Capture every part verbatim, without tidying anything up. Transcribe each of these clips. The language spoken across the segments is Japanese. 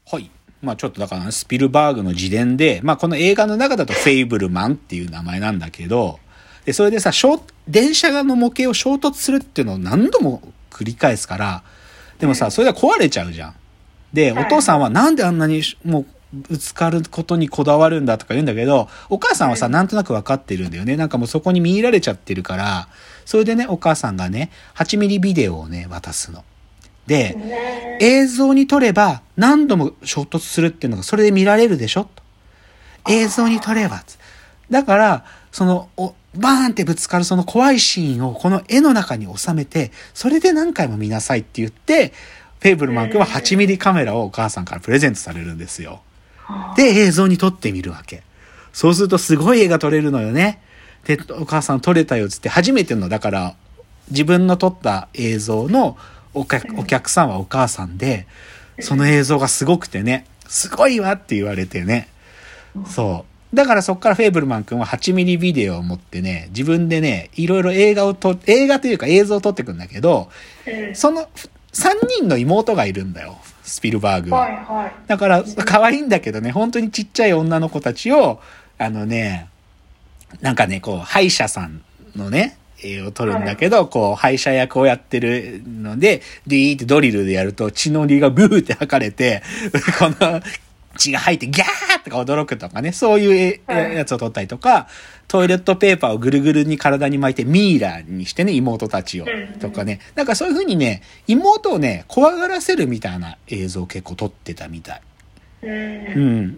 はい。まあちょっとだからスピルバーグの自伝で、まあこの映画の中だとフェイブルマンっていう名前なんだけど、で、それでさ、電車の模型を衝突するっていうのを何度も繰り返すから、でもさ、それが壊れちゃうじゃん。で、お父さんはなんであんなにもうぶつかることにこだわるんだとか言うんだけど、お母さんはさ、なんとなく分かってるんだよね。なんかもうそこに見入られちゃってるから、それでね、お母さんがね、はちミリビデオをね、渡すの。で、映像に撮れば何度も衝突するっていうのがそれで見られるでしょと。映像に撮れば。だから、その、おバーンってぶつかるその怖いシーンをこの絵の中に収めて、それで何回も見なさいって言って、フェイブルマン君ははちミリカメラをお母さんからプレゼントされるんですよ。で、映像に撮ってみるわけ。そうするとすごい絵が撮れるのよね。で、お母さん撮れたよっつって初めての、だから自分の撮った映像のお客、お客さんはお母さんで、その映像がすごくてね、すごいわって言われてね。そう。だからそっからフェイブルマン君ははちミリビデオを持ってね、自分でね、いろいろ映画を撮、映画というか映像を撮ってくんだけど、そのさんにんの妹がいるんだよ、スピルバーグは。はいはい、だから可愛いんだけどね、本当にちっちゃい女の子たちを、あのね、なんかね、こう、歯医者さんのね、絵を撮るんだけど、はい、こう、歯医者役をやってるので、ディーってドリルでやると血のりがブーって吐かれて、この、血が入ってギャーとか驚くとかね、そういうやつを撮ったりとか、トイレットペーパーをぐるぐるに体に巻いてミイラにしてね、妹たちを。とかね、なんかそういう風にね、妹をね、怖がらせるみたいな映像を結構撮ってたみたい。うん。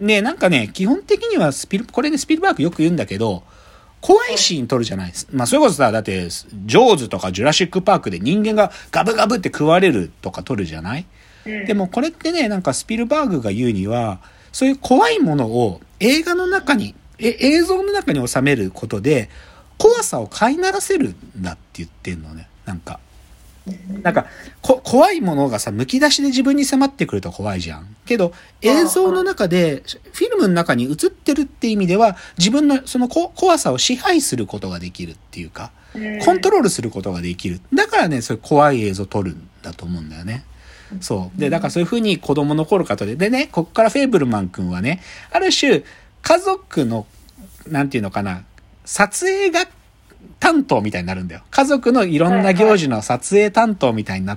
で、なんかね、基本的にはスピル、これね、スピルバーグよく言うんだけど、怖いシーン撮るじゃないです。まあ、それこそさ、だって、ジョーズとかジュラシックパークで人間がガブガブって食われるとか撮るじゃない？でもこれってね、なんかスピルバーグが言うには、そういう怖いものを映画の中に、え映像の中に収めることで、怖さを飼いならせるんだって言ってんのね。なんか、なんかこ、怖いものがさ、剥き出しで自分に迫ってくると怖いじゃん。けど、映像の中で、フィルムの中に映ってるって意味では、自分のその怖さを支配することができるっていうか、コントロールすることができる。だからね、そういう怖い映像を撮るんだと思うんだよね。そう。で、だからそういう風に子供の頃から撮れ。でね、こっからフェイブルマン君はね、ある種、家族の、なんていうのかな、撮影が担当みたいになるんだよ。家族のいろんな行事の撮影担当みたいになって、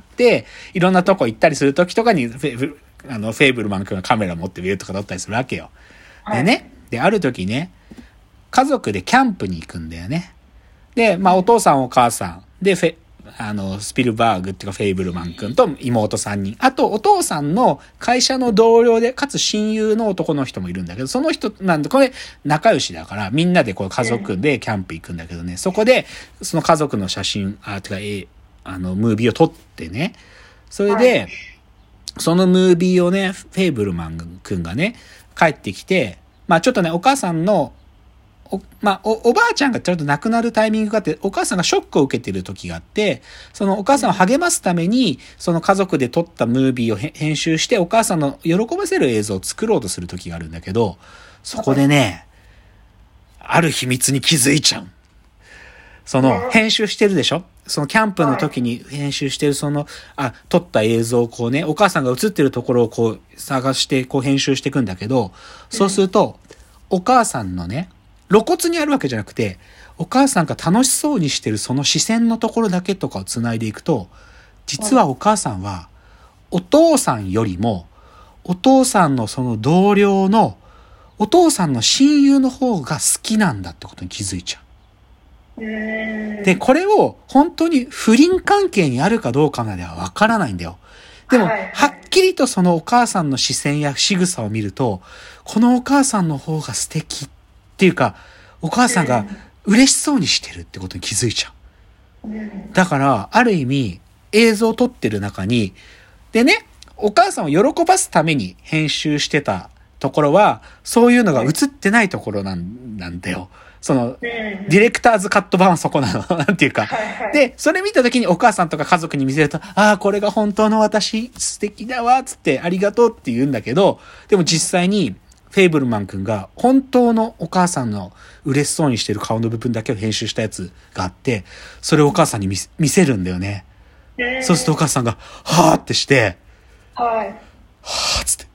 いろんなとこ行ったりするときとかにフェ、あの、フェイブルマン君がカメラ持ってビューとか撮ったりするわけよ。でね、で、ある時ね、家族でキャンプに行くんだよね。で、まあお父さんお母さん、で、フェ、あの、スピルバーグっていうかフェイブルマン君と妹さんにん。あと、お父さんの会社の同僚で、かつ親友の男の人もいるんだけど、その人なんで、これ仲良しだから、みんなでこう家族でキャンプ行くんだけどね、そこで、その家族の写真、あ、てか、え、あの、ムービーを撮ってね、それで、そのムービーをね、フェイブルマン君がね、帰ってきて、まあちょっとね、お母さんの、お、まあ、お、おばあちゃんがちょっと亡くなるタイミングがあって、お母さんがショックを受けてる時があって、そのお母さんを励ますために、その家族で撮ったムービーを編集して、お母さんの喜ばせる映像を作ろうとする時があるんだけど、そこでね、ある秘密に気づいちゃう。その、編集してるでしょ？そのキャンプの時に編集してるその、あ、撮った映像をこうね、お母さんが映ってるところをこう探して、こう編集していくんだけど、そうすると、お母さんのね、露骨にあるわけじゃなくて、お母さんが楽しそうにしてるその視線のところだけとかを繋いでいくと、実はお母さんは、お父さんよりも、お父さんのその同僚の、お父さんの親友の方が好きなんだってことに気づいちゃう。で、これを本当に不倫関係にあるかどうかまではわからないんだよ。でも、はっきりとそのお母さんの視線や仕草を見ると、このお母さんの方が素敵っていうか、お母さんが嬉しそうにしてるってことに気づいちゃう。だから、ある意味、映像を撮ってる中に、でね、お母さんを喜ばすために編集してたところは、そういうのが映ってないところなん、なんだよ。その、ディレクターズカット版はそこなの。なんていうか。で、それ見た時にお母さんとか家族に見せると、ああ、これが本当の私、素敵だわ、つってありがとうって言うんだけど、でも実際に、フェイブルマン君が本当のお母さんの嬉しそうにしてる顔の部分だけを編集したやつがあって、それをお母さんに見せ、見せるんだよね。そうするとお母さんが、はーってして、はい。はーっつって、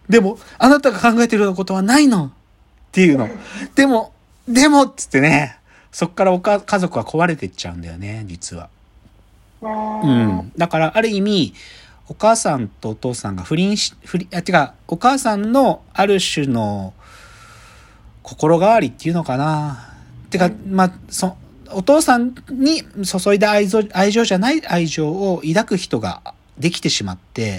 でも、あなたが考えてるようなことはないのっていうの。でも、でも、つってね、そっからおか家族は壊れていっちゃうんだよね、実は。うん。だから、ある意味、お母さんとお父さんが不倫し、不倫、あ、違う、お母さんのある種の心変わりっていうのかな。てか、まあ、そ、お父さんに注いだ愛情、愛情じゃない愛情を抱く人ができてしまって、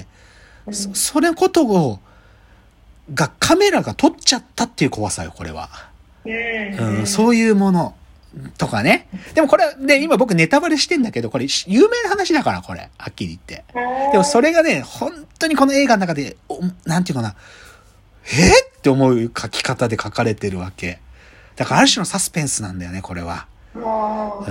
そ、それことを、がカメラが撮っちゃったっていう怖さよ、これは。うん、そういうもの。とかね。でもこれ、で、今僕ネタバレしてんだけど、これ、有名な話だから、これ。はっきり言って。でもそれがね、本当にこの映画の中で、なんていうかな、えって思う書き方で書かれてるわけ。だからある種のサスペンスなんだよね、これは。うん。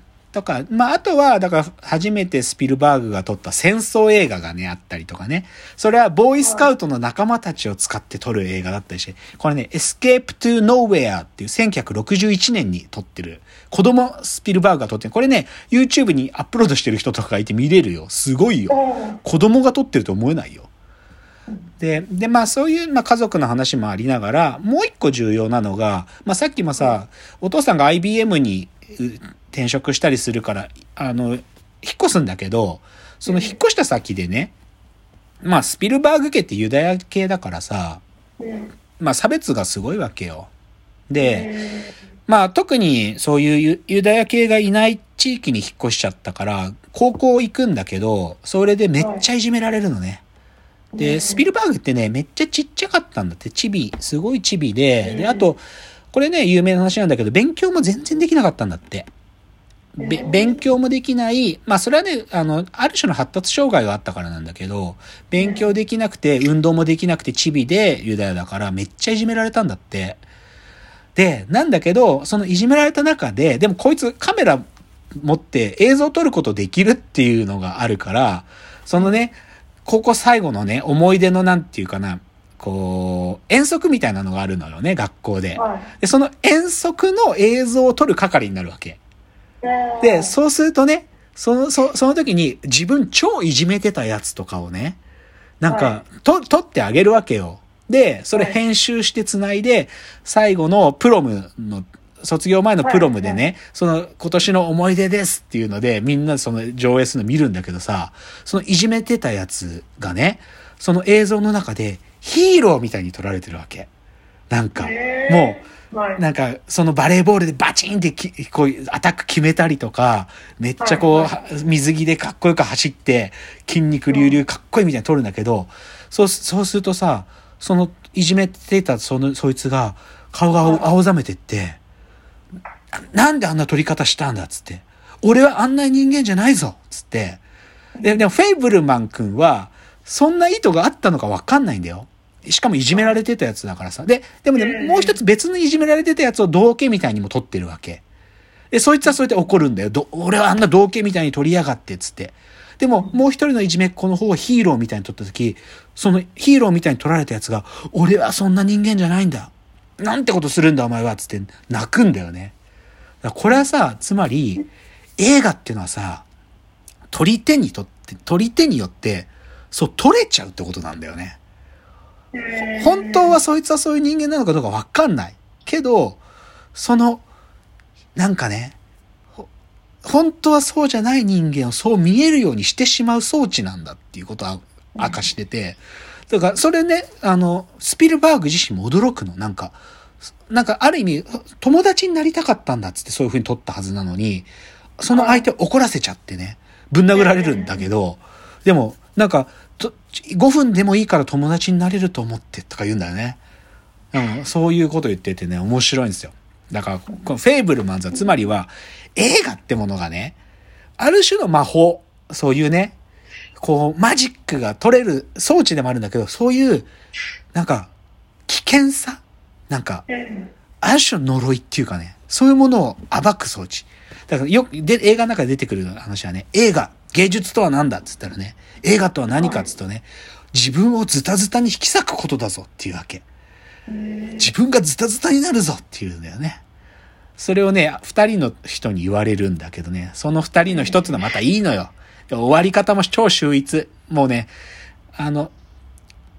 とか、まあ、あとは、だから、初めてスピルバーグが撮った戦争映画がね、あったりとかね。それは、ボーイスカウトの仲間たちを使って撮る映画だったりして、これね、Escape to Nowhere っていうせんきゅうひゃくろくじゅういちねんに撮ってる、子供スピルバーグが撮ってる。これね、YouTube にアップロードしてる人とかいて見れるよ。すごいよ。子供が撮ってると思えないよ。で、で、まあそういう、まあ家族の話もありながら、もう一個重要なのが、まあさっきもさ、お父さんが アイビーエム に転職したりするから、あの、引っ越すんだけど、その引っ越した先でね、まあスピルバーグ家ってユダヤ系だからさ、まあ差別がすごいわけよ。で、まあ特にそういうユダヤ系がいない地域に引っ越しちゃったから、高校行くんだけど、それでめっちゃいじめられるのね。で、スピルバーグってね、めっちゃちっちゃかったんだって、チビ、すごいチビで、で、あと、これね、有名な話なんだけど、勉強も全然できなかったんだって。べ、勉強もできない、まあそれはね、あの、ある種の発達障害があったからなんだけど、勉強できなくて、運動もできなくて、チビでユダヤだから、めっちゃいじめられたんだって。で、なんだけど、そのいじめられた中で、でもこいつカメラ持って映像を撮ることできるっていうのがあるから、そのね、高校最後のね、思い出のなんていうかな、こう、遠足みたいなのがあるのよね、学校で。で、その遠足の映像を撮る係になるわけ。で、そうするとね、その、そその時に自分超いじめてたやつとかをね、なんか、と、撮ってあげるわけよ。で、それ編集して繋いで、最後のプロムの、卒業前のプロムでね、その今年の思い出ですっていうので、みんなその上映するの見るんだけどさ、そのいじめてたやつがね、その映像の中でヒーローみたいに撮られてるわけ。なんか、もう、なんかそのバレーボールでバチンってきこうアタック決めたりとか、めっちゃこう、水着でかっこよく走って、筋肉隆々かっこいいみたいに撮るんだけど、そう、そうするとさ、そのいじめてたその、そいつが顔が青ざめてって、なんであんな撮り方したんだっつって。俺はあんな人間じゃないぞっつって。で、でもフェイブルマン君は、そんな意図があったのかわかんないんだよ。しかもいじめられてたやつだからさ。で、でもね、もう一つ別のいじめられてたやつを道化みたいにも撮ってるわけ。で、そいつはそれで怒るんだよ。ど、俺はあんな道化みたいに撮りやがってっつって。でも、もう一人のいじめっ子の方をヒーローみたいに撮った時、そのヒーローみたいに撮られたやつが、俺はそんな人間じゃないんだ。なんてことするんだお前はっつって泣くんだよね。これはさ、つまり、映画っていうのはさ、撮り手にとって、撮り手によって、そう、撮れちゃうってことなんだよね。本当はそいつはそういう人間なのかどうかわかんない。けど、その、なんかね、本当はそうじゃない人間をそう見えるようにしてしまう装置なんだっていうことは明かしてて、だから、それね、あの、スピルバーグ自身も驚くの。なんか、なんかある意味、友達になりたかったんだっつってそういう風に撮ったはずなのに、その相手を怒らせちゃってね、ぶん殴られるんだけど、でも、なんか、ごふんでもいいから友達になれると思ってとか言うんだよね。うん、そういうこと言っててね、面白いんですよ。だから、このフェイブルマンズは、つまりは、映画ってものがね、ある種の魔法、そういうね、こう、マジックが取れる装置でもあるんだけど、そういう、なんか、危険さなんか、ある種の呪いっていうかね、そういうものを暴く装置。だからよく、で、映画の中で出てくる話はね、映画、芸術とは何だっつったらね、映画とは何かっつうとね、自分をズタズタに引き裂くことだぞっていうわけ。自分がズタズタになるぞっていうんだよね。それをね、二人の人に言われるんだけどね、その二人の一つのまたいいのよ。終わり方も超秀逸。もうね、あの、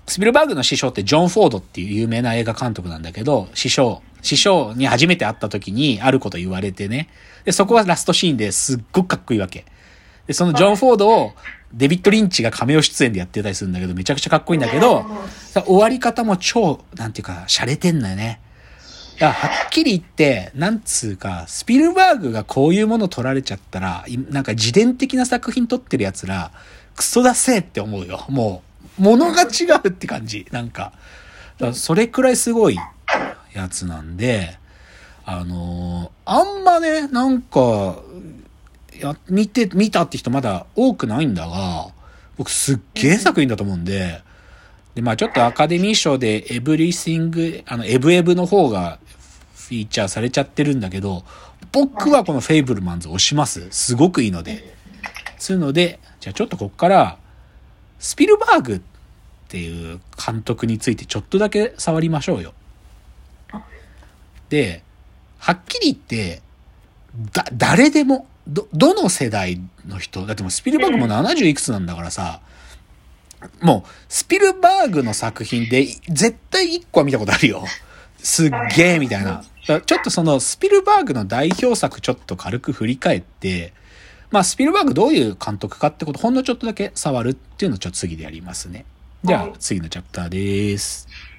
スピルバーグの師匠ってジョン・フォードっていう有名な映画監督なんだけど、師匠、師匠に初めて会った時にあること言われてね。で、そこはラストシーンですっごくかっこいいわけ。で、そのジョン・フォードをデビッド・リンチがカメオ出演でやってたりするんだけど、めちゃくちゃかっこいいんだけど、終わり方も超、なんていうか、洒落てんのよね。だからはっきり言って、なんつうか、スピルバーグがこういうもの撮られちゃったら、なんか自伝的な作品撮ってる奴ら、クソだせーって思うよ。もう。物が違うって感じ。なんか。だからそれくらいすごいやつなんで、あのー、あんまね、なんか、や、見て、見たって人まだ多くないんだが、僕すっげえ作品だと思うんで、で、まあちょっとアカデミー賞でエブリシング、あの、エブエブの方がフィーチャーされちゃってるんだけど、僕はこのフェイブルマンズ推します。すごくいいので。そういうので、じゃあちょっとこっから、スピルバーグっていう監督についてちょっとだけ触りましょうよ。で、はっきり言って、だ、誰でも、ど、どの世代の人、だってもうスピルバーグもななじゅういくつなんだからさ、もう、スピルバーグの作品で絶対いっこは見たことあるよ。すっげーみたいな。ちょっとそのスピルバーグの代表作ちょっと軽く振り返って、まあスピルバーグどういう監督かってことほんのちょっとだけ触るっていうのをちょっと次でやりますね。じゃあ次のチャプターです。